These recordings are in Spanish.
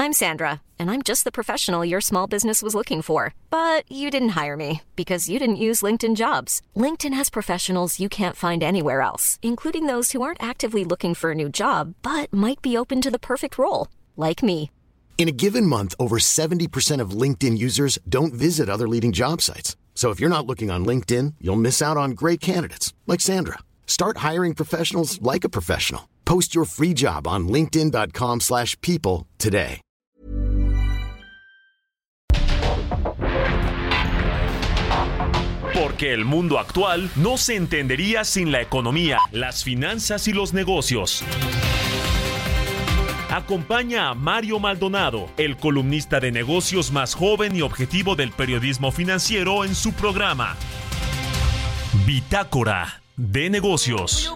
I'm Sandra, and I'm just the professional your small business was looking for. But you didn't hire me because you didn't use LinkedIn Jobs. LinkedIn has professionals you can't find anywhere else, including those who aren't actively looking for a new job, but might be open to the perfect role, like me. In a given month, over 70% of LinkedIn users don't visit other leading job sites. So if you're not looking on LinkedIn, you'll miss out on great candidates like Sandra. Start hiring professionals like a professional. Post your free job on linkedin.com/people today. Porque el mundo actual no se entendería sin la economía, las finanzas y los negocios. Acompaña a Mario Maldonado, el columnista de negocios más joven y objetivo del periodismo financiero, en su programa Bitácora de Negocios.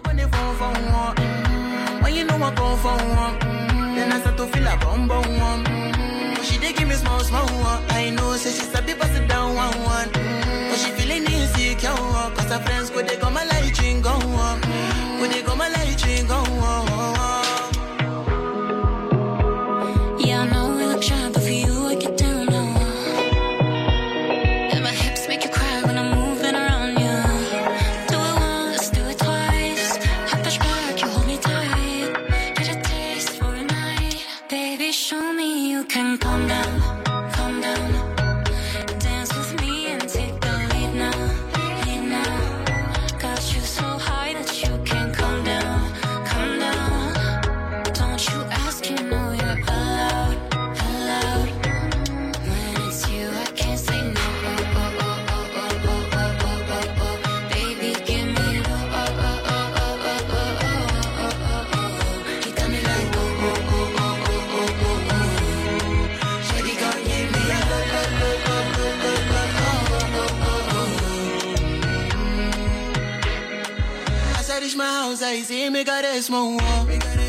I see me got a small wall.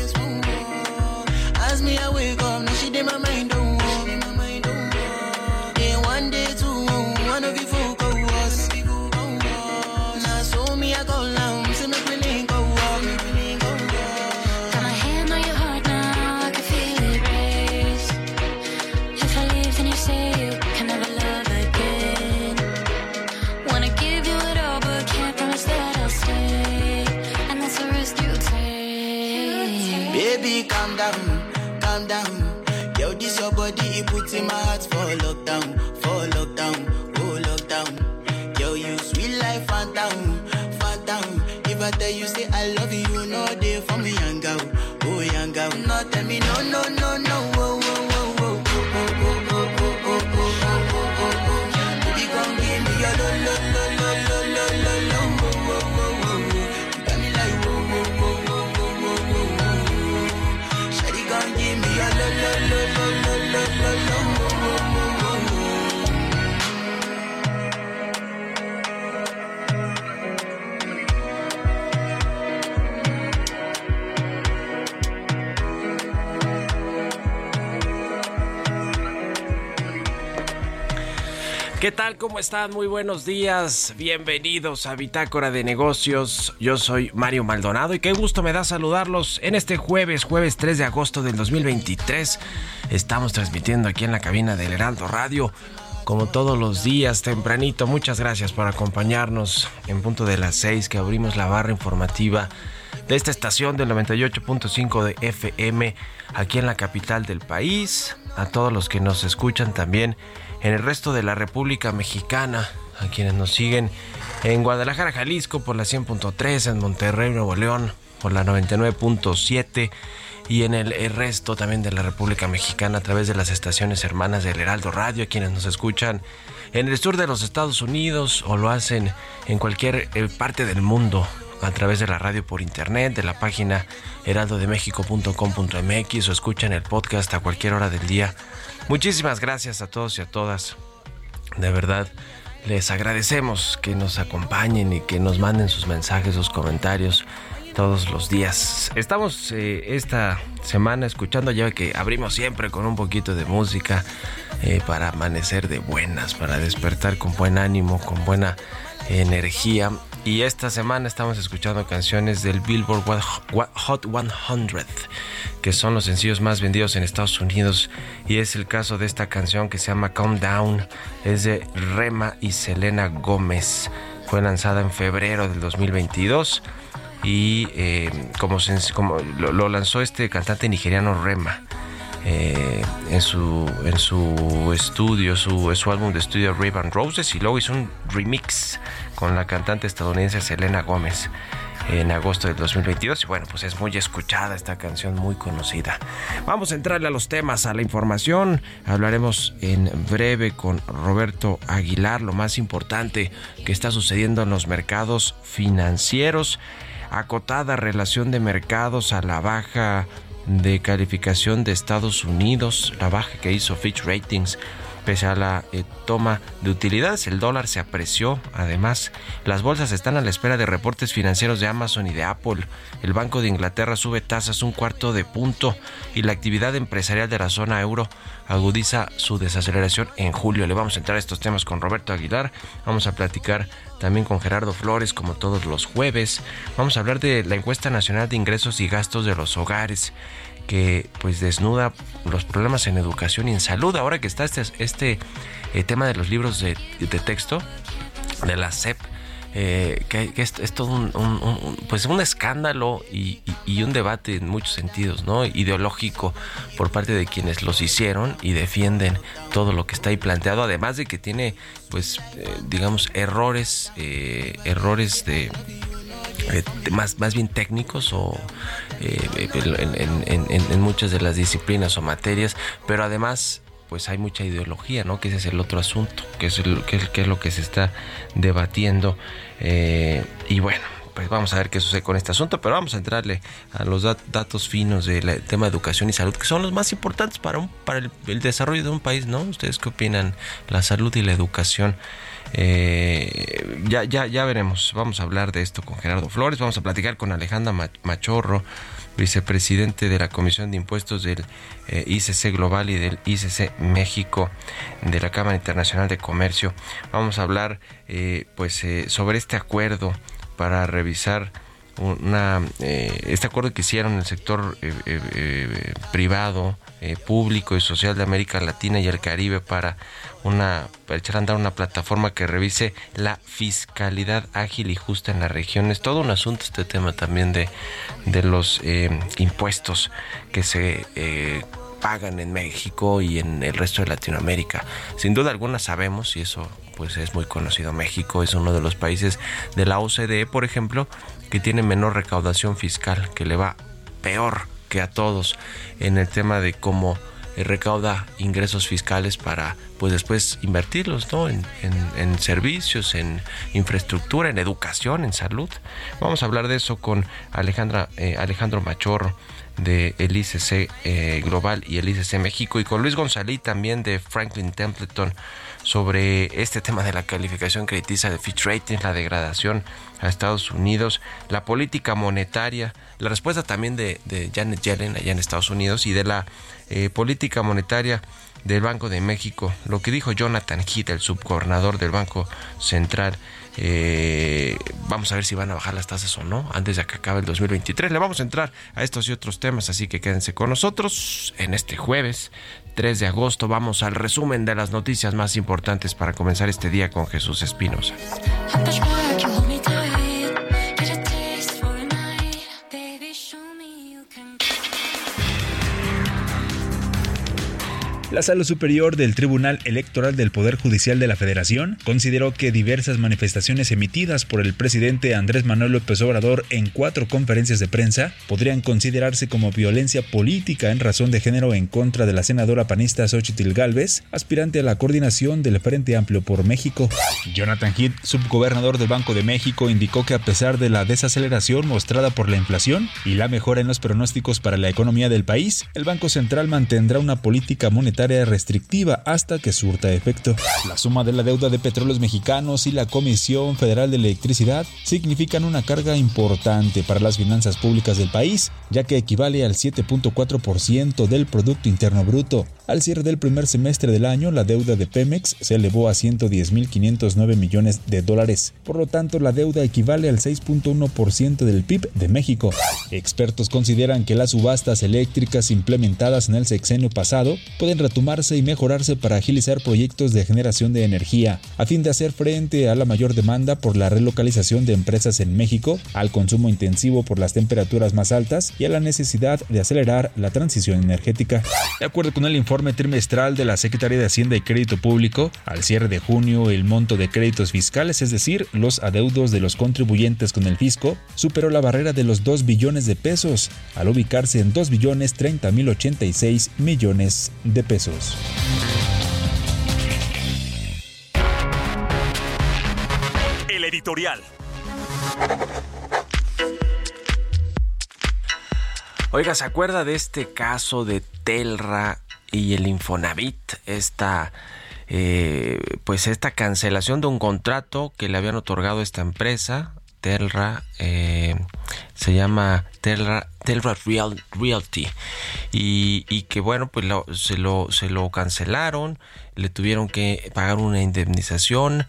As me I wake up, now she did my mind don't walk. Day one, day two, one of you folk go us. Now so me I go down, see me feeling go walk. Got my hand on your heart now, I can feel it race. If I leave then you say you can never love again. Wanna give you it all but can't promise that I'll stay. And that's a risk you take. Baby, calm down, calm down. Yo, this your body, it puts in my heart for lockdown, oh lockdown. Yo, you sweet life, phantom, phantom. If I tell you say I love you, you know they for me, young girl, oh young girl. No, tell me no, no, no, no, oh, oh, oh, oh, oh, oh, oh, oh, oh, oh, oh, oh, oh. Baby, come give me your lo, lo, lo, lo, lo, lo, lo, lo, oh, oh, oh, oh. You got me like, oh, oh, oh, oh, oh, oh, oh, oh. Shawty, come give me your lo, lo, lo, lo, lo, lo, lo, lo, oh, oh, oh, oh. ¿Qué tal? ¿Cómo están? Muy buenos días. Bienvenidos a Bitácora de Negocios. Yo soy Mario Maldonado y qué gusto me da saludarlos en este jueves 3 de agosto del 2023. Estamos transmitiendo aquí en la cabina del Heraldo Radio, como todos los días, tempranito. Muchas gracias por acompañarnos en punto de las 6, que abrimos la barra informativa de esta estación del 98.5 de FM aquí en la capital del país. A todos los que nos escuchan también en el resto de la República Mexicana, a quienes nos siguen en Guadalajara, Jalisco por la 100.3, en Monterrey, Nuevo León por la 99.7 y en el resto también de la República Mexicana a través de las estaciones hermanas del Heraldo Radio, a quienes nos escuchan en el sur de los Estados Unidos o lo hacen en cualquier parte del mundo a través de la radio por internet, de la página heraldodemexico.com.mx o escuchan el podcast a cualquier hora del día. Muchísimas gracias a todos y a todas. De verdad, les agradecemos que nos acompañen y que nos manden sus mensajes, sus comentarios todos los días. Estamos esta semana escuchando, ya que abrimos siempre con un poquito de música para amanecer de buenas, para despertar con buen ánimo, con buena energía. Y esta semana estamos escuchando canciones del Billboard Hot 100, que son los sencillos más vendidos en Estados Unidos. Y es el caso de esta canción que se llama Calm Down. Es de Rema y Selena Gómez. Fue lanzada en febrero del 2022. Y como lo lanzó este cantante nigeriano Rema. En su estudio, su álbum de estudio Rave and Roses, y luego hizo un remix con la cantante estadounidense Selena Gómez en agosto del 2022. Y bueno, pues es muy escuchada esta canción, muy conocida. Vamos a entrarle a los temas, a la información. Hablaremos en breve con Roberto Aguilar lo más importante que está sucediendo en los mercados financieros. Acotada relación de mercados a la baja de calificación de Estados Unidos, la baja que hizo Fitch Ratings pese a la toma de utilidades. El dólar se apreció. Además, las bolsas están a la espera de reportes financieros de Amazon y de Apple. El Banco de Inglaterra sube tasas 0.25 punto y la actividad empresarial de la zona euro agudiza su desaceleración en julio. Le vamos a entrar a estos temas con Roberto Aguilar. Vamos a platicar también con Gerardo Flores, como todos los jueves. Vamos a hablar de la encuesta nacional de ingresos y gastos de los hogares, que pues desnuda los problemas en educación y en salud. Ahora que está este tema de los libros de texto de la SEP, que es todo un escándalo y un debate en muchos sentidos, ¿no? Ideológico por parte de quienes los hicieron y defienden todo lo que está ahí planteado, además de que tiene digamos errores de más bien técnicos o en muchas de las disciplinas o materias, pero además pues hay mucha ideología, ¿no? Que ese es el otro asunto, que es lo que se está debatiendo. Y bueno, pues vamos a ver qué sucede con este asunto, pero vamos a entrarle a los datos finos del tema de educación y salud, que son los más importantes para el desarrollo de un país, ¿no? ¿Ustedes qué opinan? La salud y la educación. Ya veremos. Vamos a hablar de esto con Gerardo Flores. Vamos a platicar con Alejandra Machorro, vicepresidente de la Comisión de Impuestos del ICC Global y del ICC México de la Cámara Internacional de Comercio. Vamos a hablar sobre este acuerdo para revisar este acuerdo que hicieron el sector privado, público y social de América Latina y el Caribe para echar a andar una plataforma que revise la fiscalidad ágil y justa en la región. Es todo un asunto este tema también de los impuestos que se pagan en México y en el resto de Latinoamérica. Sin duda alguna sabemos, y eso pues es muy conocido, México es uno de los países de la OCDE, por ejemplo, que tiene menor recaudación fiscal, que le va peor que a todos en el tema de cómo recauda ingresos fiscales para pues después invertirlos, ¿no? En servicios, en infraestructura, en educación, en salud. Vamos a hablar de eso con Alejandro Machorro de el ICC Global y el ICC México, y con Luis González también de Franklin Templeton sobre este tema de la calificación crediticia de Fitch Ratings, la degradación a Estados Unidos, la política monetaria, la respuesta también de Janet Yellen allá en Estados Unidos, y de la política monetaria del Banco de México, lo que dijo Jonathan Heath, el subgobernador del Banco Central. Vamos a ver si van a bajar las tasas o no antes de que acabe el 2023. Le vamos a entrar a estos y otros temas, así que quédense con nosotros en este jueves 3 de agosto. Vamos al resumen de las noticias más importantes para comenzar este día con Jesús Espinosa. La Sala Superior del Tribunal Electoral del Poder Judicial de la Federación consideró que diversas manifestaciones emitidas por el presidente Andrés Manuel López Obrador en 4 conferencias de prensa podrían considerarse como violencia política en razón de género en contra de la senadora panista Xóchitl Gálvez, aspirante a la coordinación del Frente Amplio por México. Jonathan Heath, subgobernador del Banco de México, indicó que a pesar de la desaceleración mostrada por la inflación y la mejora en los pronósticos para la economía del país, el Banco Central mantendrá una política monetaria restrictiva hasta que surta efecto. La suma de la deuda de Petróleos Mexicanos y la Comisión Federal de Electricidad significan una carga importante para las finanzas públicas del país, ya que equivale al 7.4% del Producto Interno Bruto. Al cierre del primer semestre del año, la deuda de Pemex se elevó a $110,509 millones. Por lo tanto, la deuda equivale al 6.1% del PIB de México. Expertos consideran que las subastas eléctricas implementadas en el sexenio pasado pueden retomarse y mejorarse para agilizar proyectos de generación de energía, a fin de hacer frente a la mayor demanda por la relocalización de empresas en México, al consumo intensivo por las temperaturas más altas y a la necesidad de acelerar la transición energética. De acuerdo con el informe trimestral de la Secretaría de Hacienda y Crédito Público, al cierre de junio el monto de créditos fiscales, es decir, los adeudos de los contribuyentes con el fisco, superó la barrera de los 2 billones de pesos, al ubicarse en 2.030.086 millones de pesos. El editorial. Oiga, ¿se acuerda de este caso de Telra y el Infonavit? Esta cancelación de un contrato que le habían otorgado a esta empresa, Telra, se llama Telra Realty, y que bueno, pues se lo cancelaron, le tuvieron que pagar una indemnización.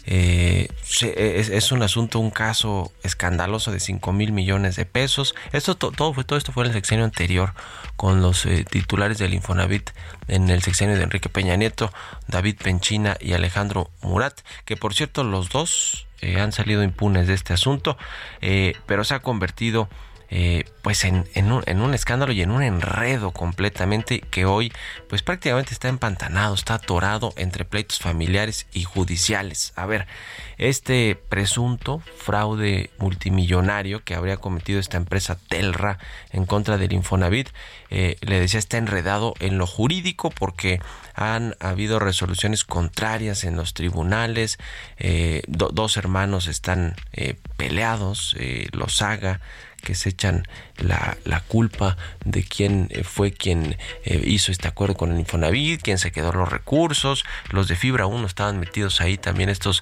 Es un asunto, un caso escandaloso de 5,000 millones de pesos. Todo esto fue en el sexenio anterior, con los titulares del Infonavit en el sexenio de Enrique Peña Nieto, David Penchina y Alejandro Murat, que por cierto los dos han salido impunes de este asunto, pero se ha convertido pues en un escándalo y en un enredo completamente, que hoy pues prácticamente está empantanado, está atorado entre pleitos familiares y judiciales. A ver, este presunto fraude multimillonario que habría cometido esta empresa Telra en contra del Infonavit, le decía, está enredado en lo jurídico porque han habido resoluciones contrarias en los tribunales. Dos hermanos están peleados, Lozaga, que se echan la culpa de quién fue quien hizo este acuerdo con el Infonavit, quién se quedó los recursos. Los de Fibra 1 estaban metidos ahí también, estos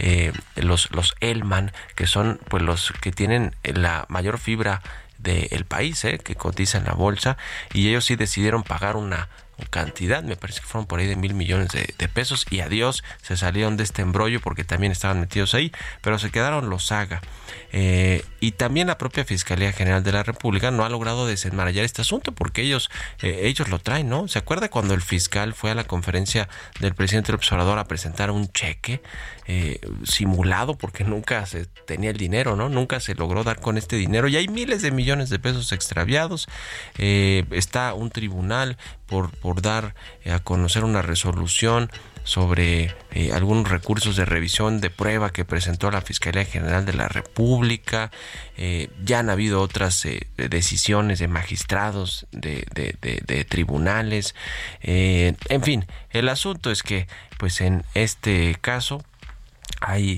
los Elman, que son pues los que tienen la mayor fibra del país, que cotiza en la bolsa, y ellos sí decidieron pagar una cantidad, me parece que fueron por ahí de 1,000 millones de pesos, y adiós, se salieron de este embrollo porque también estaban metidos ahí, pero se quedaron Lozaga. Y también la propia Fiscalía General de la República no ha logrado desenmarañar este asunto porque ellos lo traen, ¿no? ¿Se acuerda cuando el fiscal fue a la conferencia del presidente López Obrador a presentar un cheque simulado porque nunca se tenía el dinero, ¿no? Nunca se logró dar con este dinero y hay miles de millones de pesos extraviados. Está un tribunal por dar a conocer una resolución sobre algunos recursos de revisión de prueba que presentó la Fiscalía General de la República. Ya han habido otras decisiones de magistrados, de tribunales. En fin, el asunto es que pues en este caso hay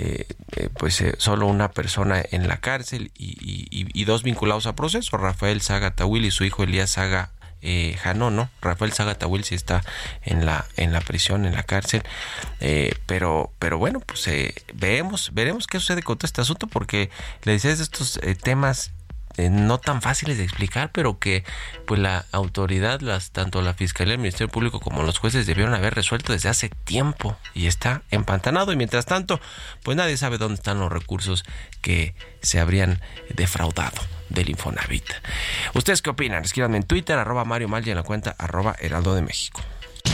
solo una persona en la cárcel y dos vinculados a proceso, Rafael Saga Tawil y su hijo Elías Saga Janón, ¿no? Rafael Saga Tawil sí está en la prisión, en la cárcel, pero bueno, pues veremos qué sucede con todo este asunto, porque le decía, de estos temas no tan fáciles de explicar, pero que pues la autoridad, tanto la Fiscalía, el Ministerio Público como los jueces debieron haber resuelto desde hace tiempo, y está empantanado. Y mientras tanto, pues nadie sabe dónde están los recursos que se habrían defraudado del Infonavit. ¿Ustedes qué opinan? Escríbanme en Twitter, @MarioMal, y en la cuenta @Heraldo de México.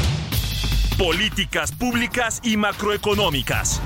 Políticas públicas y macroeconómicas.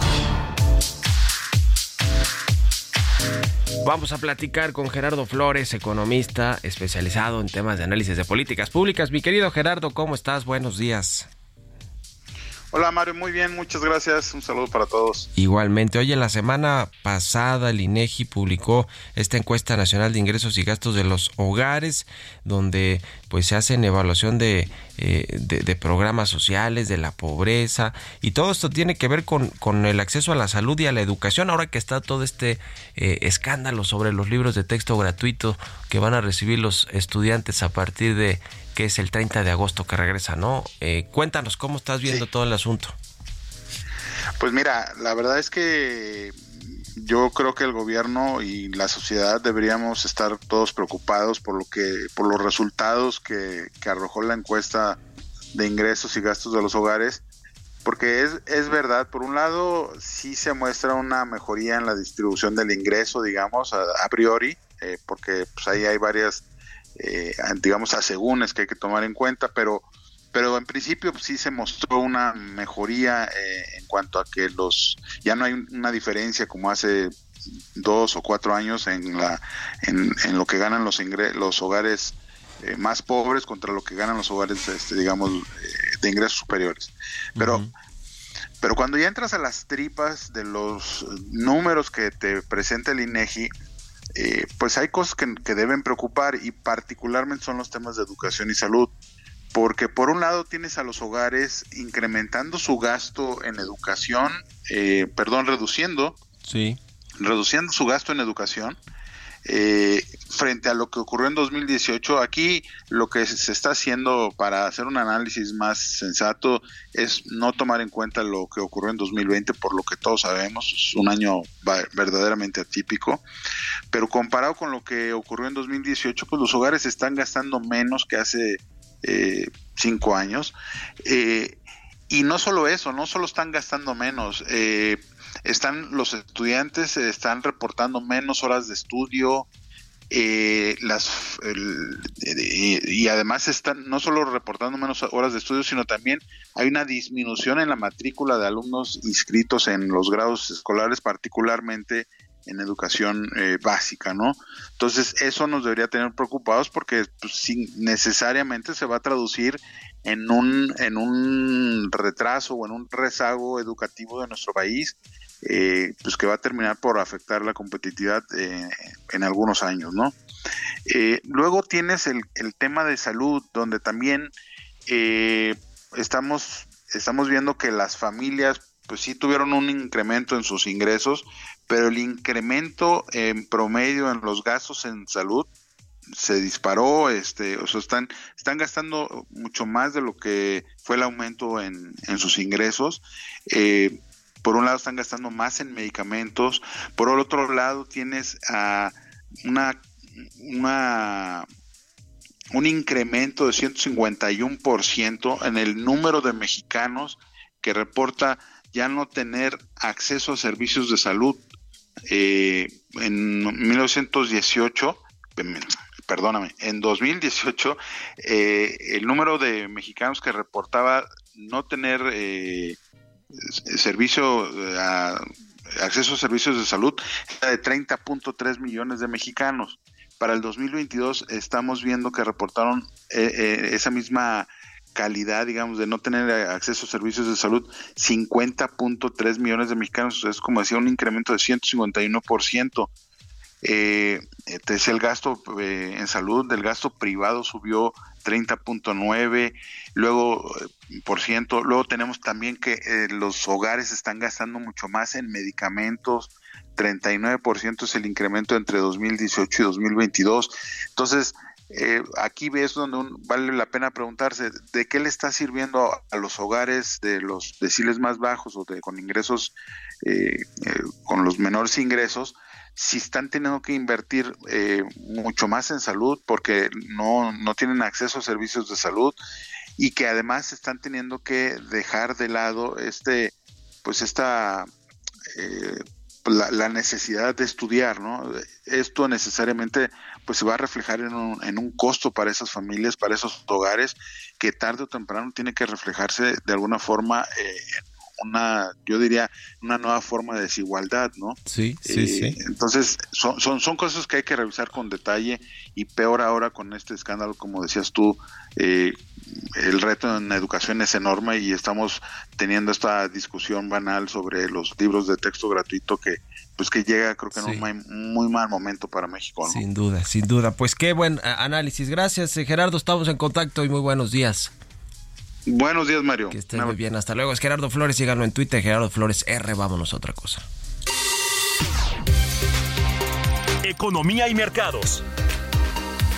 Vamos a platicar con Gerardo Flores, economista especializado en temas de análisis de políticas públicas. Mi querido Gerardo, ¿cómo estás? Buenos días. Hola Mario, muy bien, muchas gracias, un saludo para todos. Igualmente. Oye, la semana pasada el INEGI publicó esta encuesta nacional de ingresos y gastos de los hogares, donde pues se hacen evaluación de programas sociales, de la pobreza, y todo esto tiene que ver con el acceso a la salud y a la educación, ahora que está todo este escándalo sobre los libros de texto gratuito que van a recibir los estudiantes a partir de que es el 30 de agosto que regresa, ¿no? Cuéntanos, ¿cómo estás viendo todo el asunto? Pues mira, la verdad es que yo creo que el gobierno y la sociedad deberíamos estar todos preocupados por los resultados que arrojó la encuesta de ingresos y gastos de los hogares, porque es verdad, por un lado sí se muestra una mejoría en la distribución del ingreso, digamos, a priori, porque pues ahí hay varias, digamos, asegúnes que hay que tomar en cuenta, pero en principio pues, sí se mostró una mejoría en cuanto a que ya no hay una diferencia como hace 2 o 4 años en lo que ganan los hogares más pobres contra lo que ganan los hogares digamos de ingresos superiores. Pero cuando ya entras a las tripas de los números que te presenta el INEGI, pues hay cosas que deben preocupar, y particularmente son los temas de educación y salud. Porque por un lado tienes a los hogares incrementando su gasto en educación, reduciendo su gasto en educación frente a lo que ocurrió en 2018. Aquí lo que se está haciendo para hacer un análisis más sensato es no tomar en cuenta lo que ocurrió en 2020, por lo que todos sabemos, es un año verdaderamente atípico, pero comparado con lo que ocurrió en 2018, pues los hogares están gastando menos que hace 5 años, y no solo eso, no solo están gastando menos, los estudiantes están reportando menos horas de estudio, y además están no solo reportando menos horas de estudio, sino también hay una disminución en la matrícula de alumnos inscritos en los grados escolares, particularmente en educación básica, ¿no? Entonces eso nos debería tener preocupados, porque pues, necesariamente se va a traducir en un retraso o en un rezago educativo de nuestro país, pues que va a terminar por afectar la competitividad en algunos años, ¿no? Luego tienes el tema de salud, donde también estamos viendo que las familias pues sí tuvieron un incremento en sus ingresos, pero el incremento en promedio en los gastos en salud se disparó, o sea, están gastando mucho más de lo que fue el aumento en sus ingresos. Por un lado están gastando más en medicamentos, por el otro lado tienes un incremento de 151% en el número de mexicanos que reporta ya no tener acceso a servicios de salud. En 2018, el número de mexicanos que reportaba no tener acceso a servicios de salud era de 30.3 millones de mexicanos. Para el 2022 estamos viendo que reportaron esa misma calidad, digamos, de no tener acceso a servicios de salud, 50.3 millones de mexicanos. Es como decía, un incremento de 151%. Entonces el gasto en salud del gasto privado subió 30.9%, luego tenemos también que los hogares están gastando mucho más en medicamentos, 39% es el incremento entre 2018 y 2022. Entonces aquí ves donde vale la pena preguntarse de qué le está sirviendo a los hogares de los deciles más bajos o con ingresos, con los menores ingresos, si están teniendo que invertir mucho más en salud porque no tienen acceso a servicios de salud, y que además están teniendo que dejar de lado la necesidad de estudiar, ¿no? Esto necesariamente pues se va a reflejar en un costo para esas familias, para esos hogares, que tarde o temprano tiene que reflejarse de alguna forma yo diría una nueva forma de desigualdad, ¿no? Sí. Entonces son cosas que hay que revisar con detalle, y peor ahora con este escándalo, como decías tú, el reto en educación es enorme, y estamos teniendo esta discusión banal sobre los libros de texto gratuito que llega, creo que en un muy mal momento para México, ¿no? Sin duda. Pues qué buen análisis. Gracias, Gerardo. Estamos en contacto y muy buenos días. Buenos días, Mario. Que estés muy bien. Hasta luego. Es Gerardo Flores. Síganlo en Twitter, Gerardo Flores R. Vámonos a otra cosa. Economía y mercados.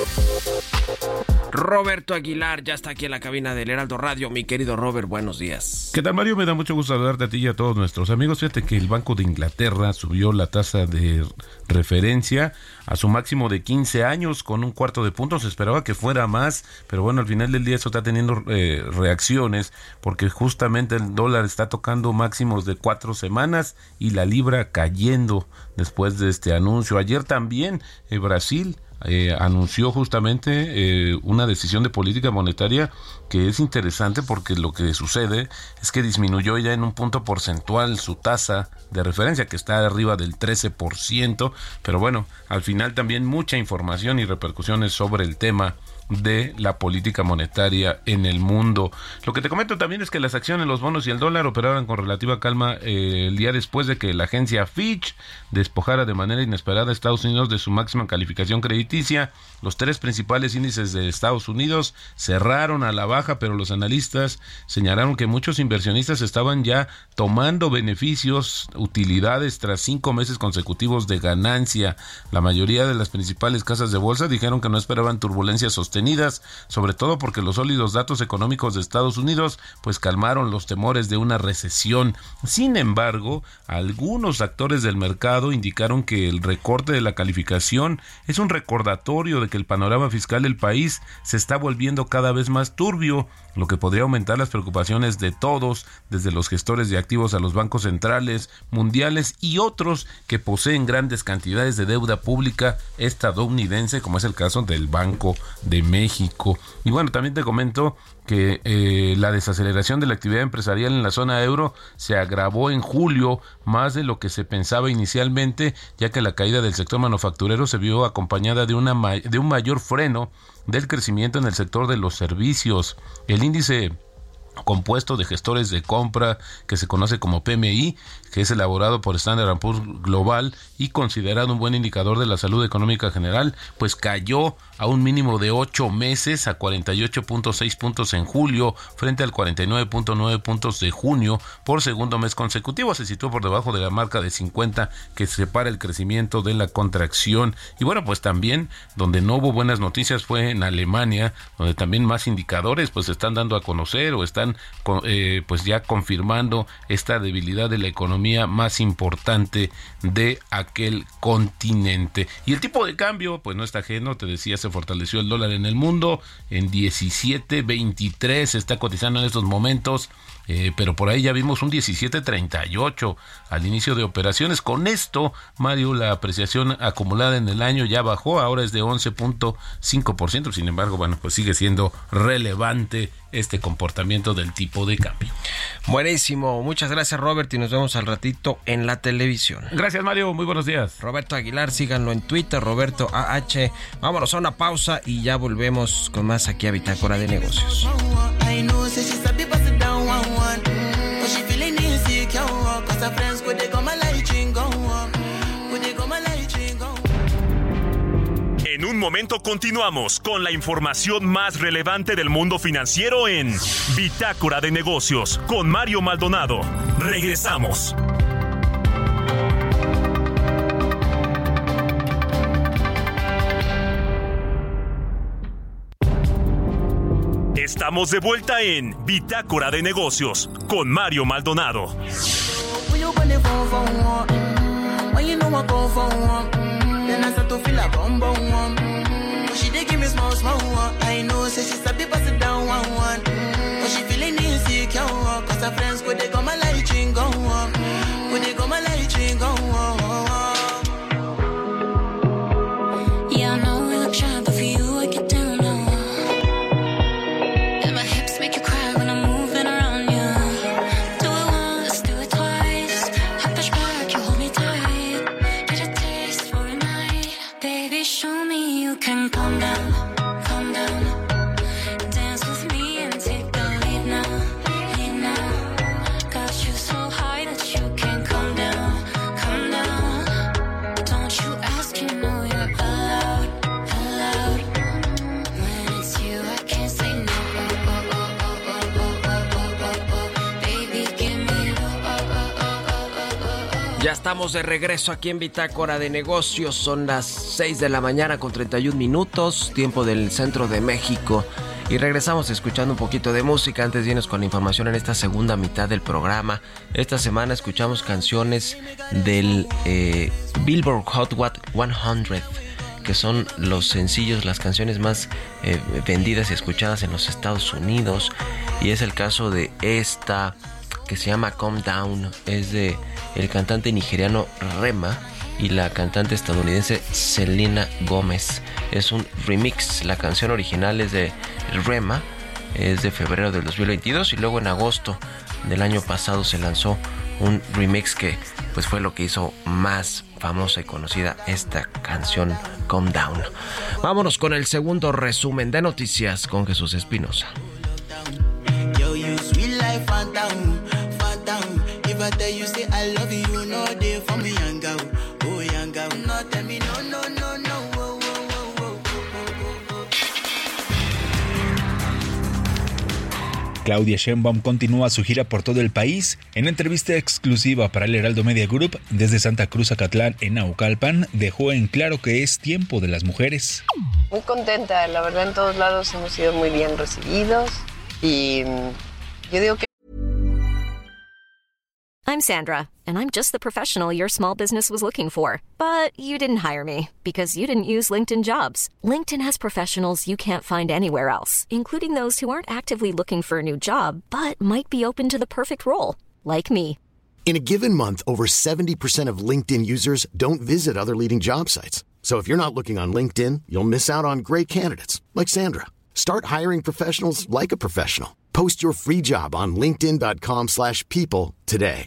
Roberto Aguilar ya está aquí en la cabina del Heraldo Radio. Mi querido Robert, buenos días. ¿Qué tal, Mario? Me da mucho gusto saludarte a ti y a todos nuestros amigos. Fíjate que el Banco de Inglaterra subió la tasa de referencia a su máximo de 15 años con 1/4 de punto. Se esperaba que fuera más, pero bueno, al final del día eso está teniendo reacciones porque justamente el dólar está tocando máximos de 4 semanas y la libra cayendo después de este anuncio. Ayer también Brasil anunció justamente una decisión de política monetaria que es interesante porque lo que sucede es que disminuyó ya en un punto porcentual su tasa de referencia, que está arriba del 13%, pero bueno, al final también mucha información y repercusiones sobre el tema de la política monetaria en el mundo. Lo que te comento también es que las acciones, los bonos y el dólar operaron con relativa calma el día después de que la agencia Fitch despojara de manera inesperada a Estados Unidos de su máxima calificación crediticia. Los 3 principales índices de Estados Unidos cerraron a la baja, pero los analistas señalaron que muchos inversionistas estaban ya tomando beneficios, utilidades tras 5 meses consecutivos de ganancia. La mayoría de las principales casas de bolsa dijeron que no esperaban turbulencias sostenidas, sobre todo porque los sólidos datos económicos de Estados Unidos pues calmaron los temores de una recesión. Sin embargo, algunos actores del mercado indicaron que el recorte de la calificación es un recordatorio de que el panorama fiscal del país se está volviendo cada vez más turbio, lo que podría aumentar las preocupaciones de todos, desde los gestores de activos a los bancos centrales, mundiales y otros que poseen grandes cantidades de deuda pública estadounidense, como es el caso del Banco de México. Y bueno, también te comento que la desaceleración de la actividad empresarial en la zona euro se agravó en julio más de lo que se pensaba inicialmente, ya que la caída del sector manufacturero se vio acompañada de un mayor freno del crecimiento en el sector de los servicios. El índice compuesto de gestores de compra, que se conoce como PMI, que es elaborado por Standard & Poor's Global y considerado un buen indicador de la salud económica general, pues cayó a un mínimo de 8 meses a 48.6 puntos en julio frente al 49.9 puntos de junio por segundo mes consecutivo. Se situó por debajo de la marca de 50 que separa el crecimiento de la contracción. Y bueno, pues también donde no hubo buenas noticias fue en Alemania, donde también más indicadores pues se están dando a conocer o están pues ya confirmando esta debilidad de la economía más importante de aquel continente. Y el tipo de cambio pues no está ajeno, te decía, se fortaleció el dólar en el mundo en 17.23, se está cotizando en estos momentos, pero por ahí ya vimos un 17.38 al inicio de operaciones. Con esto, Mario, la apreciación acumulada en el año ya bajó, ahora es de 11.5%, sin embargo, bueno, pues sigue siendo relevante este comportamiento del tipo de cambio. Buenísimo, muchas gracias, Robert, y nos vemos al ratito en la televisión. Gracias, Mario, muy buenos días. Roberto Aguilar, síganlo en Twitter, Roberto AH. Vámonos a una pausa y ya volvemos con más aquí a Bitácora de Negocios. En un momento continuamos con la información más relevante del mundo financiero en Bitácora de Negocios con Mario Maldonado. Regresamos. Estamos de vuelta en Bitácora de Negocios con Mario Maldonado. Then I start to feel a bum bum one. But she dey give me small small one. I know say she sabi pass it down one one. But she feeling insecure cause her friends could they come and light ring go on. Could they come and light ring go on. Yeah, I know we look shy, but for you I get down low. And my hips make you cry when I'm moving around you. Do it once, do it twice. I push back, you hold me tight. Get a taste for a night. Baby, show me you can calm down, calm down. Dance with me and take the lead now, lead now. Ya estamos de regreso aquí en Bitácora de Negocios. Son las 6 de la mañana con 31 minutos, tiempo del centro de México. Y regresamos escuchando un poquito de música. Antes vienes con la información en esta segunda mitad del programa. Esta semana escuchamos canciones del Billboard Hot 100, que son los sencillos, las canciones más vendidas y escuchadas en los Estados Unidos. Y es el caso de esta, que se llama Calm Down. Es de el cantante nigeriano Rema y la cantante estadounidense Selena Gómez. Es un remix. La canción original es de Rema, es de febrero del 2022, y luego en agosto del año pasado se lanzó un remix que pues fue lo que hizo más famosa y conocida esta canción, Calm Down. Vámonos con el segundo resumen de noticias con Jesús Espinosa. Yo, you sweet life, phantom, phantom. If I tell you say I love you, no day for me, young girl. Oh, young girl. No, tell me no, no, no, no. Oh, oh, oh, oh, oh. Claudia Sheinbaum continúa su gira por todo el país. En entrevista exclusiva para el Heraldo Media Group, desde Santa Cruz, Acatlán, en Naucalpan, dejó en claro que es tiempo de las mujeres. Muy contenta, la verdad, en todos lados hemos sido muy bien recibidos. Y yo digo que... I'm Sandra, and I'm just the professional your small business was looking for. But you didn't hire me because you didn't use LinkedIn Jobs. LinkedIn has professionals you can't find anywhere else, including those who aren't actively looking for a new job, but might be open to the perfect role, like me. In a given month, over 70% of LinkedIn users don't visit other leading job sites. So if you're not looking on LinkedIn, you'll miss out on great candidates like Sandra. Start hiring professionals like a professional. Post your free job on linkedin.com/people today.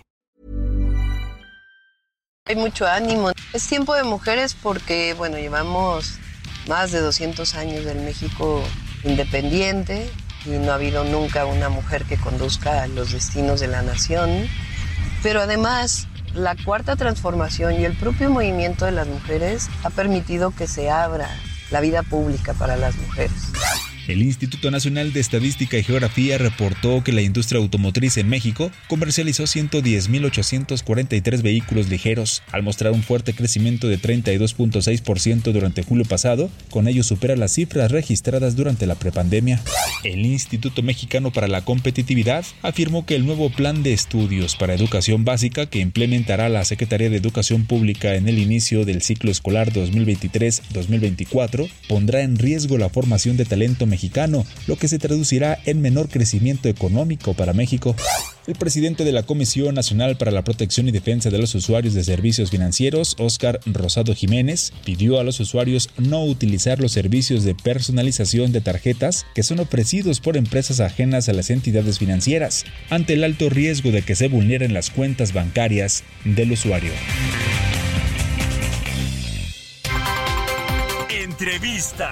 Hay mucho ánimo. Es tiempo de mujeres porque, bueno, llevamos más de 200 años del México independiente y no ha habido nunca una mujer que conduzca los destinos de la nación. Pero además, la cuarta transformación y el propio movimiento de las mujeres ha permitido que se abra la vida pública para las mujeres. El Instituto Nacional de Estadística y Geografía reportó que la industria automotriz en México comercializó 110,843 vehículos ligeros, al mostrar un fuerte crecimiento de 32.6% durante julio pasado. Con ello supera las cifras registradas durante la prepandemia. El Instituto Mexicano para la Competitividad afirmó que el nuevo plan de estudios para educación básica que implementará la Secretaría de Educación Pública en el inicio del ciclo escolar 2023-2024 pondrá en riesgo la formación de talento mexicano, lo que se traducirá en menor crecimiento económico para México. El presidente de la Comisión Nacional para la Protección y Defensa de los Usuarios de Servicios Financieros, Óscar Rosado Jiménez, pidió a los usuarios no utilizar los servicios de personalización de tarjetas que son ofrecidos por empresas ajenas a las entidades financieras, ante el alto riesgo de que se vulneren las cuentas bancarias del usuario. Entrevista.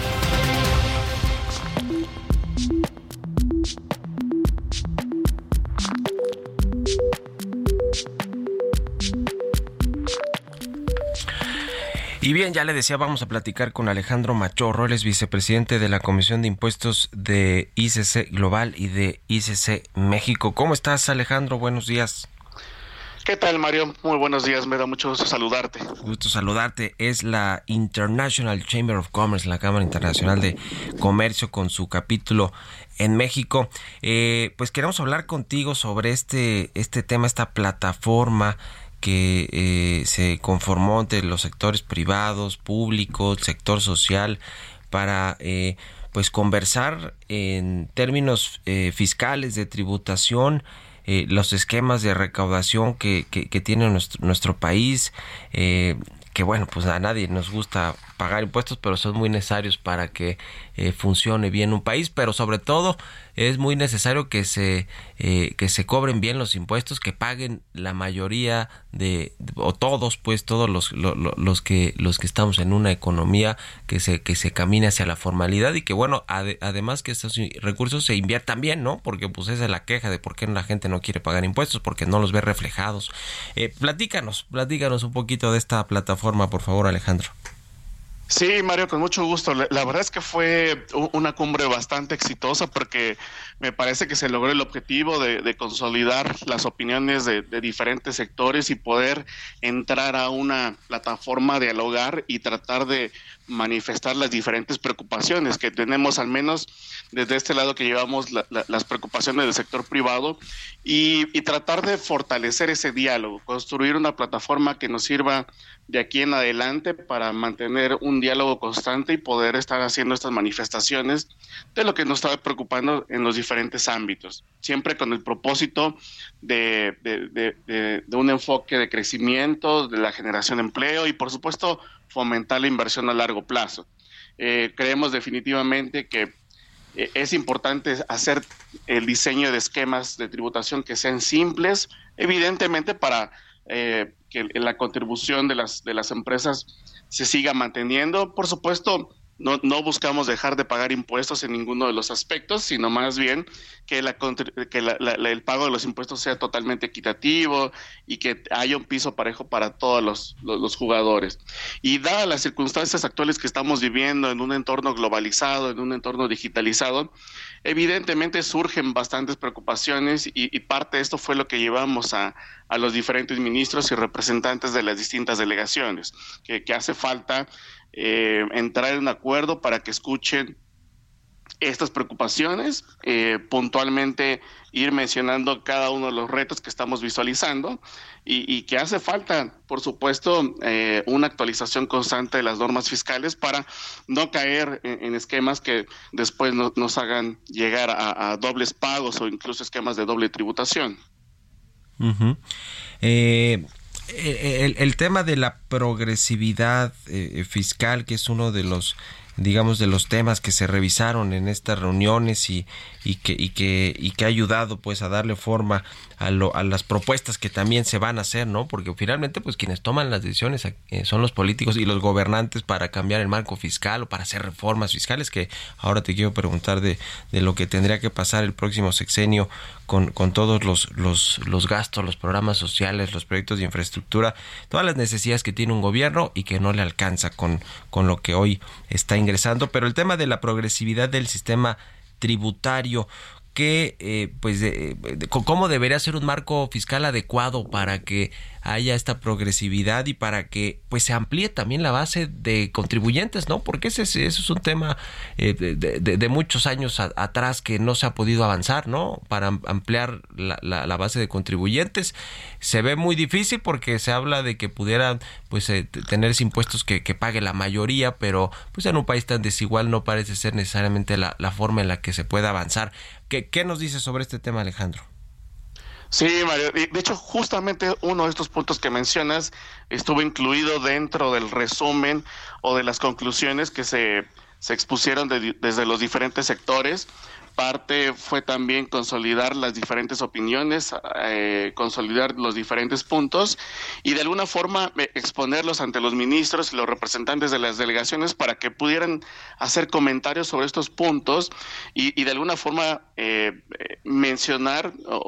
Y bien, ya le decía, vamos a platicar con Alejandro Machorro. Él es vicepresidente de la Comisión de Impuestos de ICC Global y de ICC México. ¿Cómo estás, Alejandro? Buenos días. ¿Qué tal, Mario? Muy buenos días, me da mucho gusto saludarte. Gusto saludarte. Es la International Chamber of Commerce, la Cámara Internacional de Comercio, con su capítulo en México. Pues queremos hablar contigo sobre este tema, esta plataforma que se conformó entre los sectores privados, públicos, sector social, para pues conversar en términos fiscales, de tributación, los esquemas de recaudación que tiene nuestro país, que bueno, pues a nadie nos gusta pagar impuestos, pero son muy necesarios para que funcione bien un país, pero sobre todo es muy necesario que se cobren bien los impuestos, que paguen la mayoría o todos, pues todos los que estamos en una economía que se camine hacia la formalidad, y que bueno, además que estos recursos se inviertan bien, ¿no? Porque pues esa es la queja de por qué la gente no quiere pagar impuestos, porque no los ve reflejados. Platícanos un poquito de esta plataforma, por favor, Alejandro. Sí, Mario, con mucho gusto. La verdad es que fue una cumbre bastante exitosa porque me parece que se logró el objetivo de consolidar las opiniones de diferentes sectores y poder entrar a una plataforma, dialogar y tratar de manifestar las diferentes preocupaciones que tenemos, al menos desde este lado que llevamos las preocupaciones del sector privado y tratar de fortalecer ese diálogo, construir una plataforma que nos sirva de aquí en adelante para mantener un diálogo constante y poder estar haciendo estas manifestaciones de lo que nos está preocupando en los diferentes ámbitos, siempre con el propósito de un enfoque de crecimiento, de la generación de empleo y por supuesto fomentar la inversión a largo plazo. Creemos definitivamente que es importante hacer el diseño de esquemas de tributación que sean simples, evidentemente para que la contribución de las empresas se siga manteniendo. Por supuesto, no buscamos dejar de pagar impuestos en ninguno de los aspectos, sino más bien que el pago de los impuestos sea totalmente equitativo y que haya un piso parejo para todos los jugadores. Y dadas las circunstancias actuales que estamos viviendo en un entorno globalizado, en un entorno digitalizado, evidentemente surgen bastantes preocupaciones y parte de esto fue lo que llevamos a los diferentes ministros y representantes de las distintas delegaciones, que hace falta entrar en un acuerdo para que escuchen estas preocupaciones, puntualmente ir mencionando cada uno de los retos que estamos visualizando y que hace falta, por supuesto, una actualización constante de las normas fiscales para no caer en esquemas que después nos hagan llegar a dobles pagos o incluso esquemas de doble tributación. Uh-huh. El tema de la progresividad fiscal, que es uno de los, digamos, de los temas que se revisaron en estas reuniones y que ha ayudado pues a darle forma a las propuestas que también se van a hacer, ¿no? Porque finalmente pues quienes toman las decisiones son los políticos y los gobernantes para cambiar el marco fiscal o para hacer reformas fiscales, que ahora te quiero preguntar de lo que tendría que pasar el próximo sexenio con todos los gastos, los programas sociales, los proyectos de infraestructura, todas las necesidades que tiene un gobierno y que no le alcanza con lo que hoy está ingresando. Pero el tema de la progresividad del sistema tributario, que cómo debería ser un marco fiscal adecuado para que haya esta progresividad y para que pues se amplíe también la base de contribuyentes, ¿no? Porque ese es un tema de muchos años atrás que no se ha podido avanzar, ¿no? Para ampliar la base de contribuyentes se ve muy difícil porque se habla de que pudieran pues tener impuestos que pague la mayoría, pero pues en un país tan desigual no parece ser necesariamente la forma en la que se pueda avanzar. ¿Qué nos dice sobre este tema, Alejandro? Sí, Mario. De hecho, justamente uno de estos puntos que mencionas estuvo incluido dentro del resumen o de las conclusiones que se expusieron desde los diferentes sectores. Parte fue también consolidar las diferentes opiniones, consolidar los diferentes puntos y de alguna forma exponerlos ante los ministros y los representantes de las delegaciones para que pudieran hacer comentarios sobre estos puntos y de alguna forma mencionar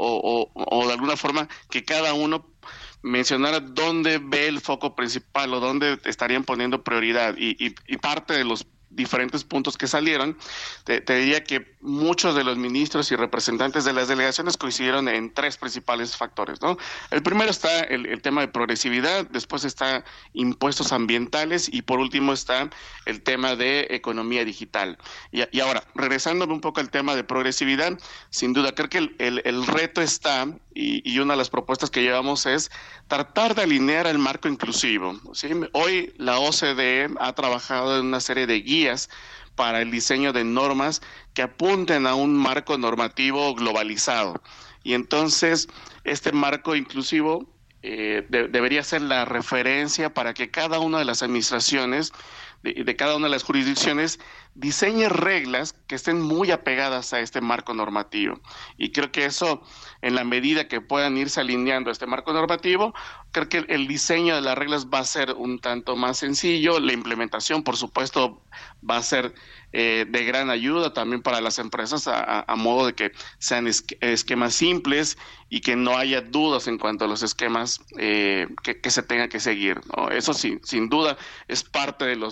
o de alguna forma que cada uno mencionara dónde ve el foco principal o dónde estarían poniendo prioridad y parte de los diferentes puntos que salieron, te diría que muchos de los ministros y representantes de las delegaciones coincidieron en tres principales factores, ¿no? El primero está el tema de progresividad, después está impuestos ambientales y por último está el tema de economía digital. Y ahora, regresándome un poco al tema de progresividad, sin duda creo que el reto está, y una de las propuestas que llevamos es tratar de alinear el marco inclusivo, ¿sí? Hoy la OCDE ha trabajado en una serie de guías para el diseño de normas que apunten a un marco normativo globalizado. Y entonces este marco inclusivo debería ser la referencia para que cada una de las administraciones de cada una de las jurisdicciones diseñe reglas que estén muy apegadas a este marco normativo. Y creo que eso, en la medida que puedan irse alineando a este marco normativo, creo que el diseño de las reglas va a ser un tanto más sencillo. La implementación, por supuesto, va a ser de gran ayuda también para las empresas a modo de que sean esquemas simples y que no haya dudas en cuanto a los esquemas que se tengan que seguir, ¿no? Eso sí, sin duda es parte de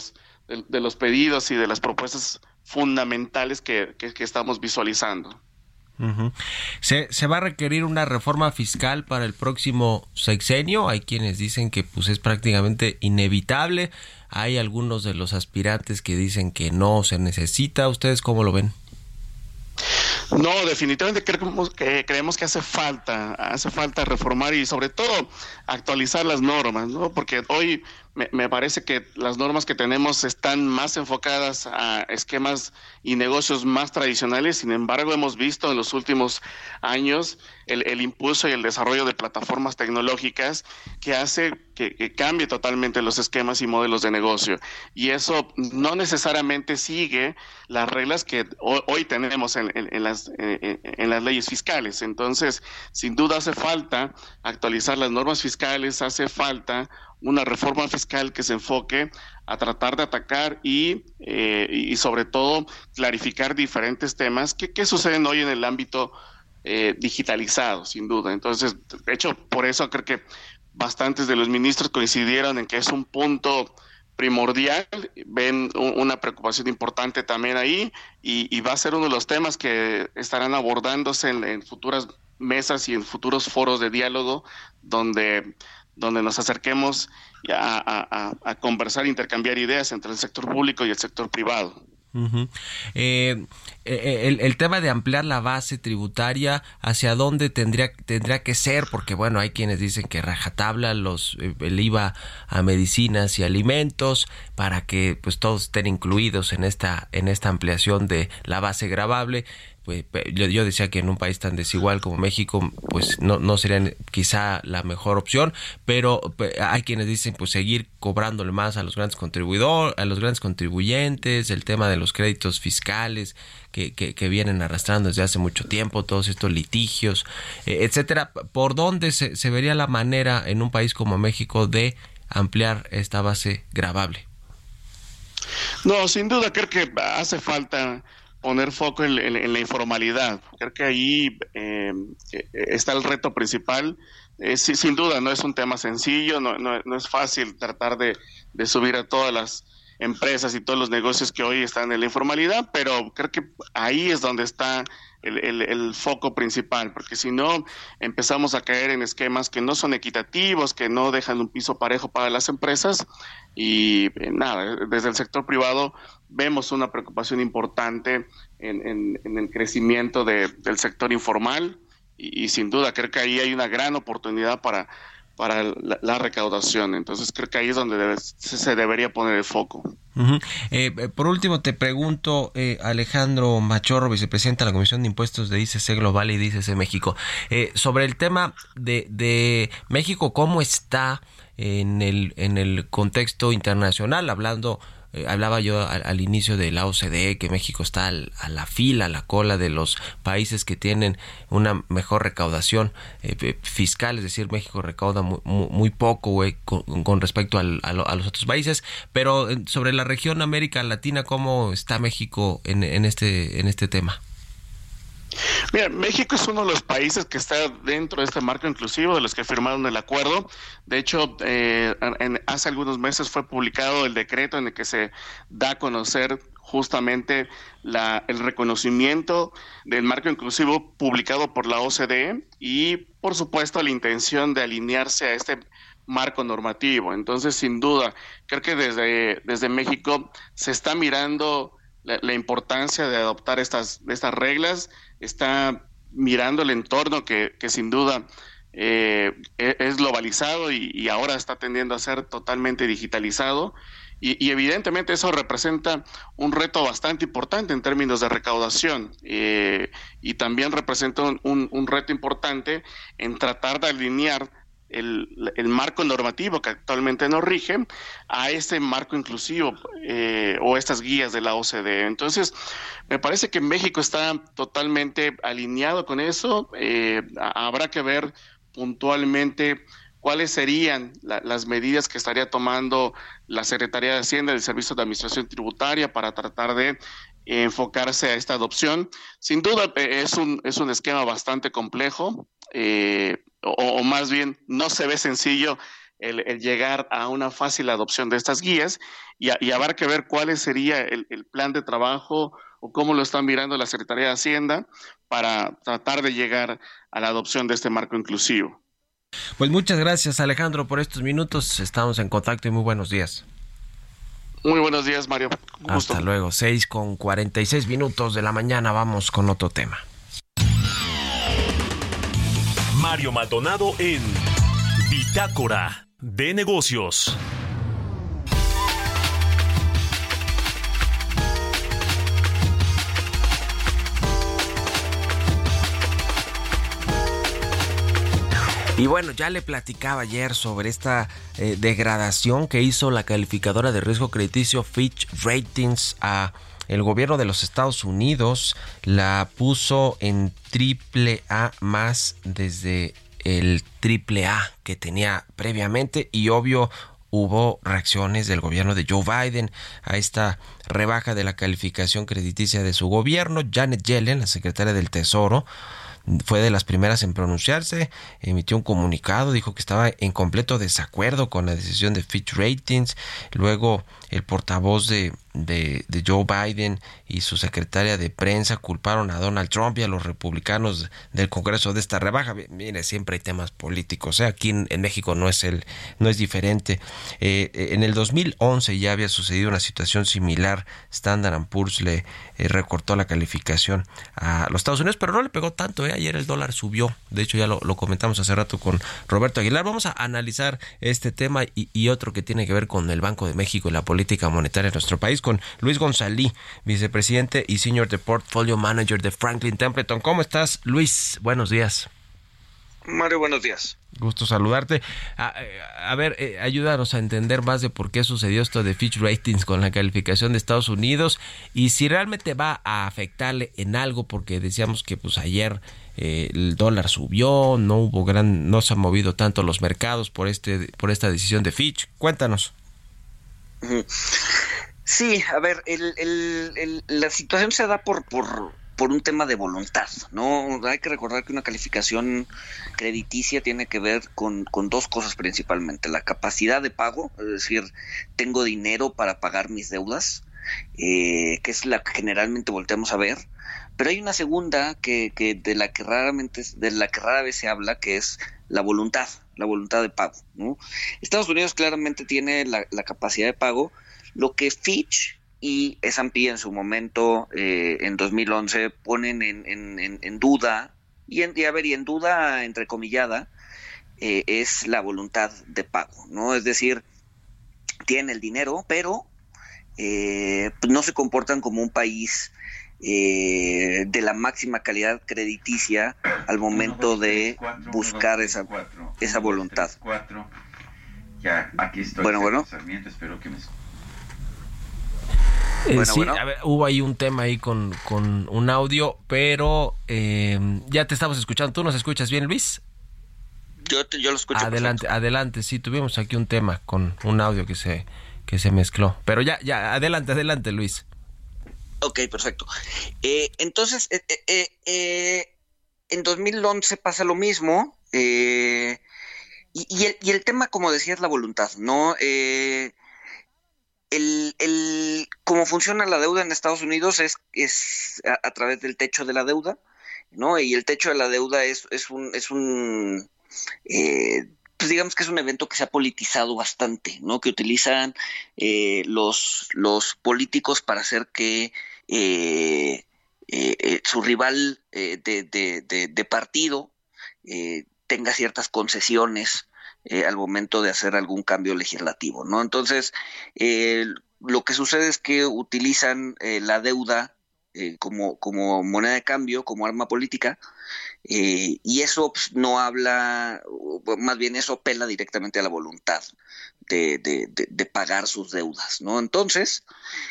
de los pedidos y de las propuestas fundamentales que estamos visualizando. Uh-huh. ¿Se va a requerir una reforma fiscal para el próximo sexenio? Hay quienes dicen que pues es prácticamente inevitable. Hay algunos de los aspirantes que dicen que no se necesita. ¿Ustedes cómo lo ven? No, definitivamente creemos que hace falta reformar y sobre todo actualizar las normas, ¿no? Porque hoy me parece que las normas que tenemos están más enfocadas a esquemas y negocios más tradicionales. Sin embargo, hemos visto en los últimos años el impulso y el desarrollo de plataformas tecnológicas que hace que cambie totalmente los esquemas y modelos de negocio. Y eso no necesariamente sigue las reglas que hoy tenemos en las leyes fiscales. Entonces, sin duda hace falta actualizar las normas fiscales, hace falta una reforma fiscal que se enfoque a tratar de atacar y sobre todo clarificar diferentes temas que suceden hoy en el ámbito digitalizado, sin duda. Entonces, de hecho, por eso creo que bastantes de los ministros coincidieron en que es un punto primordial, ven una preocupación importante también ahí y va a ser uno de los temas que estarán abordándose en futuras mesas y en futuros foros de diálogo donde nos acerquemos a conversar, intercambiar ideas entre el sector público y el sector privado. Uh-huh. El tema de ampliar la base tributaria, ¿hacia dónde tendría que ser? Porque bueno, hay quienes dicen que rajatabla el IVA a medicinas y alimentos para que pues todos estén incluidos en esta ampliación de la base gravable. Pues yo decía que en un país tan desigual como México, pues no sería quizá la mejor opción, pero hay quienes dicen pues seguir cobrándole más a los grandes contribuyentes, el tema de los créditos fiscales que vienen arrastrando desde hace mucho tiempo, todos estos litigios, etcétera. ¿Por dónde se vería la manera en un país como México de ampliar esta base gravable? No, sin duda creo que hace falta poner foco en la informalidad. Creo que ahí está el reto principal. Sin duda no es un tema sencillo, no es fácil tratar de subir a todas las empresas y todos los negocios que hoy están en la informalidad, pero creo que ahí es donde está el foco principal, porque si no empezamos a caer en esquemas que no son equitativos, que no dejan un piso parejo para las empresas y nada, desde el sector privado vemos una preocupación importante en el crecimiento del sector informal y sin duda creo que ahí hay una gran oportunidad para la recaudación. Entonces creo que ahí es donde se debería poner el foco. Uh-huh. Por último te pregunto, Alejandro Machorro, vicepresidente de la Comisión de Impuestos de ICC Global y de ICC México, sobre el tema de México, ¿cómo está en el contexto internacional? Hablaba yo al inicio de la OCDE que México está a la cola de los países que tienen una mejor recaudación fiscal, es decir, México recauda muy poco con respecto a los otros países, pero sobre la región América Latina, ¿cómo está México en este tema? Mira, México es uno de los países que está dentro de este marco inclusivo, de los que firmaron el acuerdo. De hecho, hace algunos meses fue publicado el decreto en el que se da a conocer justamente el reconocimiento del marco inclusivo publicado por la OCDE y, por supuesto, la intención de alinearse a este marco normativo. Entonces, sin duda, creo que desde México se está mirando la importancia de adoptar estas reglas, está mirando el entorno que sin duda es globalizado y ahora está tendiendo a ser totalmente digitalizado y evidentemente eso representa un reto bastante importante en términos de recaudación y también representa un reto importante en tratar de alinear el marco normativo que actualmente nos rige a este marco inclusivo o estas guías de la OCDE. Entonces, me parece que México está totalmente alineado con eso. Habrá que ver puntualmente cuáles serían las medidas que estaría tomando la Secretaría de Hacienda y el Servicio de Administración Tributaria para tratar de enfocarse a esta adopción. Sin duda es un esquema bastante complejo, o más bien no se ve sencillo el llegar a una fácil adopción de estas guías y habrá que ver cuál sería el plan de trabajo o cómo lo están mirando la Secretaría de Hacienda para tratar de llegar a la adopción de este marco inclusivo. Pues muchas gracias, Alejandro, por estos minutos. Estamos en contacto y muy buenos días. Muy buenos días, Mario. Hasta luego. 6:46 de la mañana. Vamos con otro tema. Mario Maldonado en Bitácora de Negocios. Y bueno, ya le platicaba ayer sobre esta degradación que hizo la calificadora de riesgo crediticio Fitch Ratings a el gobierno de los Estados Unidos. La puso en AAA más desde el AAA que tenía previamente, y obvio hubo reacciones del gobierno de Joe Biden a esta rebaja de la calificación crediticia de su gobierno. Janet Yellen, la secretaria del Tesoro, fue de las primeras en pronunciarse, emitió un comunicado, dijo que estaba en completo desacuerdo con la decisión de Fitch Ratings. Luego el portavoz de Joe Biden y su secretaria de prensa culparon a Donald Trump y a los republicanos del Congreso de esta rebaja. Mire, siempre hay temas políticos, aquí en México no es diferente. En el 2011 ya había sucedido una situación similar. Standard & Poor's le recortó la calificación a los Estados Unidos, pero no le pegó tanto. Ayer el dólar subió, de hecho ya lo comentamos hace rato con Roberto Aguilar. Vamos a analizar este tema y otro que tiene que ver con el Banco de México y la política monetaria en nuestro país con Luis González, vicepresidente y Senior de Portfolio Manager de Franklin Templeton. ¿Cómo estás, Luis? Buenos días. Mario, buenos días. Gusto saludarte. A ver, ayúdanos a entender más de por qué sucedió esto de Fitch Ratings con la calificación de Estados Unidos y si realmente va a afectarle en algo, porque decíamos que pues ayer el dólar subió, no se han movido tanto los mercados por esta decisión de Fitch. Cuéntanos. Sí, a ver, la situación se da por un tema de voluntad, ¿no? Hay que recordar que una calificación crediticia tiene que ver con dos cosas principalmente: la capacidad de pago, es decir, tengo dinero para pagar mis deudas, que es la que generalmente volteamos a ver, pero hay una segunda de la que rara vez se habla, que es la voluntad de pago, ¿no? Estados Unidos claramente tiene la capacidad de pago. Lo que Fitch y S&P en su momento, en 2011, ponen en duda, y en duda entrecomillada, es la voluntad de pago, ¿no? Es decir, tienen el dinero, pero no se comportan como un país de la máxima calidad crediticia al momento de buscar esa voluntad. Ya, aquí estoy. Bueno. Sarmiento, espero que me... Bueno. A ver, hubo ahí un tema ahí con un audio, pero ya te estamos escuchando. ¿Tú nos escuchas bien, Luis? Yo lo escucho. Adelante. Sí, tuvimos aquí un tema con un audio que se mezcló. Pero ya, adelante, Luis. Ok, perfecto. Entonces, en 2011 pasa lo mismo, y el tema, como decía, es la voluntad, ¿no? Cómo funciona la deuda en Estados Unidos es a través del techo de la deuda, ¿no? Y el techo de la deuda es un pues digamos que es un evento que se ha politizado bastante, ¿no? Que utilizan los políticos para hacer que su rival de partido tenga ciertas concesiones al momento de hacer algún cambio legislativo, ¿no? Entonces, lo que sucede es que utilizan la deuda como moneda de cambio, como arma política, y eso pues, no habla, más bien eso apela directamente a la voluntad de pagar sus deudas, ¿no? Entonces,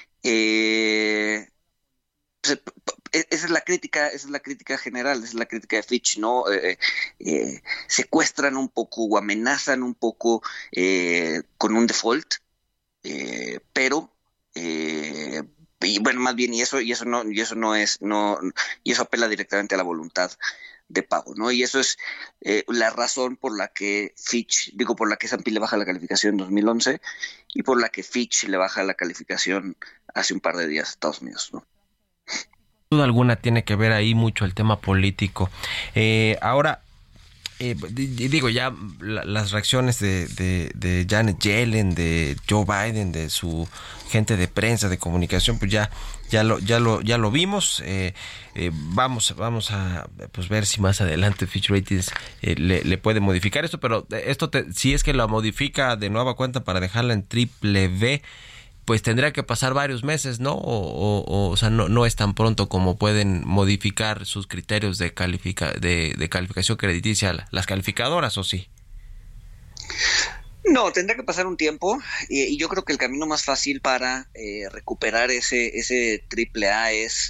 esa es la crítica general, esa es la crítica de Fitch, ¿no? Secuestran un poco o amenazan un poco con un default, pero y bueno, más bien y eso apela directamente a la voluntad de pago, ¿no? Y eso es la razón por la que por la que S&P le baja la calificación en 2011 y por la que Fitch le baja la calificación hace un par de días a Estados Unidos, ¿no? Sin duda alguna tiene que ver ahí mucho el tema político. Ahora, digo, ya las reacciones de Janet Yellen, de Joe Biden, de su gente de prensa, de comunicación, pues ya lo vimos. Vamos a pues ver si más adelante Fitch Ratings le puede modificar esto, pero si es que lo modifica de nueva cuenta para dejarla en BBB, pues tendría que pasar varios meses, ¿no? O sea, no es tan pronto como pueden modificar sus criterios de calificación crediticia las calificadoras, ¿o sí? No, tendrá que pasar un tiempo y yo creo que el camino más fácil para recuperar ese AAA es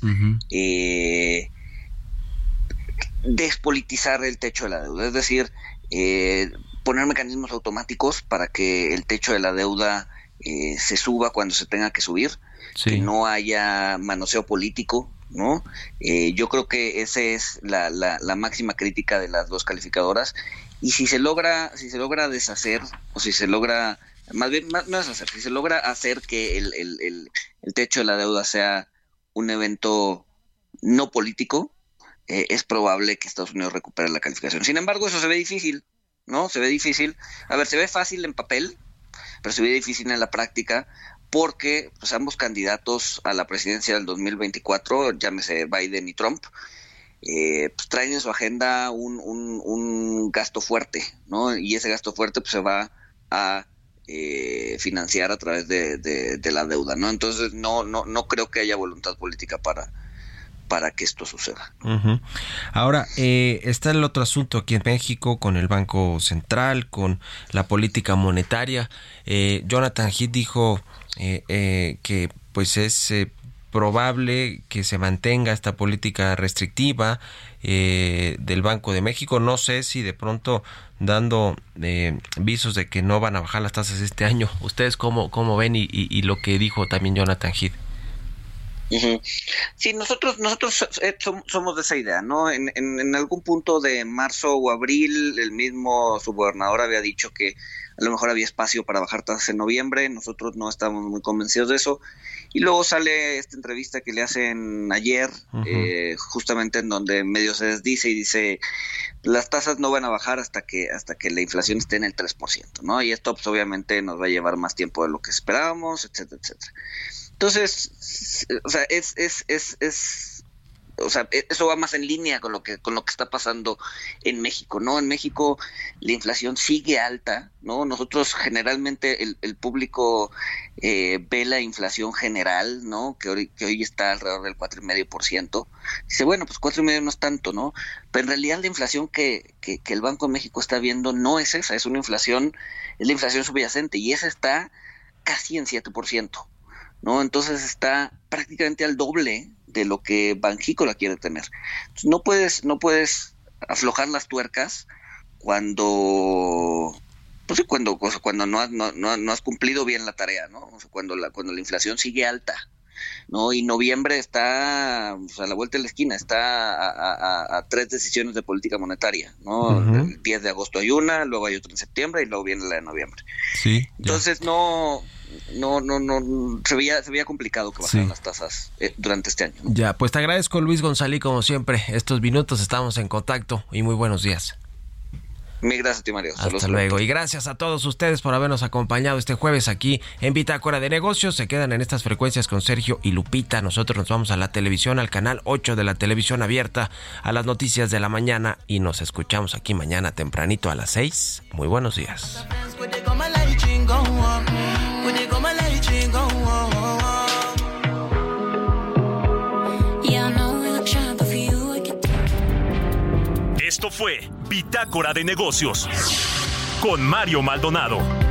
despolitizar el techo de la deuda, es decir, poner mecanismos automáticos para que el techo de la deuda se suba cuando se tenga que subir, que no haya manoseo político, ¿no? Yo creo que esa es la máxima crítica de las dos calificadoras, y si se logra deshacer, o si se logra, más bien no deshacer, si se logra hacer que el techo de la deuda sea un evento no político, es probable que Estados Unidos recupere la calificación. Sin embargo, eso se ve difícil, ¿no? Se ve difícil. A ver, se ve fácil en papel, pero se ve difícil en la práctica, porque pues, ambos candidatos a la presidencia del 2024, llámese Biden y Trump, pues traen en su agenda un gasto fuerte, ¿no? Y ese gasto fuerte pues, se va a financiar a través de la deuda, ¿no? Entonces no creo que haya voluntad política para que esto suceda. Uh-huh. Ahora, está el otro asunto aquí en México con el Banco Central, con la política monetaria. Jonathan Heath dijo que pues es probable que se mantenga esta política restrictiva del Banco de México. No sé si de pronto dando visos de que no van a bajar las tasas este año. ¿Ustedes cómo ven y lo que dijo también Jonathan Heath? Sí, nosotros somos de esa idea, ¿no? En algún punto de marzo o abril, el mismo subgobernador había dicho que a lo mejor había espacio para bajar tasas en noviembre. Nosotros no estábamos muy convencidos de eso. Y luego sale esta entrevista que le hacen ayer, justamente en donde medio se desdice y dice, las tasas no van a bajar hasta que la inflación esté en el 3%, ¿no? Y esto pues obviamente nos va a llevar más tiempo de lo que esperábamos, etcétera, etcétera. Entonces, o sea, eso va más en línea con lo que está pasando en México, ¿no? En México la inflación sigue alta, ¿no? Nosotros generalmente el público ve la inflación general, ¿no? Que hoy está alrededor del 4.5%. Dice, bueno, pues 4.5% no es tanto, ¿no? Pero en realidad la inflación que el Banco de México está viendo no es esa, es la inflación subyacente, y esa está casi en 7%. ¿No? Entonces está prácticamente al doble de lo que Banxico la quiere tener. Entonces no puedes aflojar las tuercas cuando no has cumplido bien la tarea, ¿no? O sea, cuando la inflación sigue alta, ¿no? Y noviembre está, o sea, a la vuelta de la esquina, está a 3 decisiones de política monetaria, ¿no? El 10 de agosto hay una, luego hay otra en septiembre y luego viene la de noviembre. Sí. Entonces no se veía complicado que bajaran las tasas durante este año, ¿no? Ya, pues te agradezco, Luis González, como siempre, estos minutos, estamos en contacto y muy buenos días. Mil gracias a ti, Mario. Hasta luego. Y gracias a todos ustedes por habernos acompañado este jueves aquí en Bitácora de Negocios. Se quedan en estas frecuencias con Sergio y Lupita. Nosotros nos vamos a la televisión, al canal 8 de la televisión abierta, a las noticias de la mañana, y nos escuchamos aquí mañana tempranito a las 6. Muy buenos días. Esto fue Bitácora de Negocios con Mario Maldonado.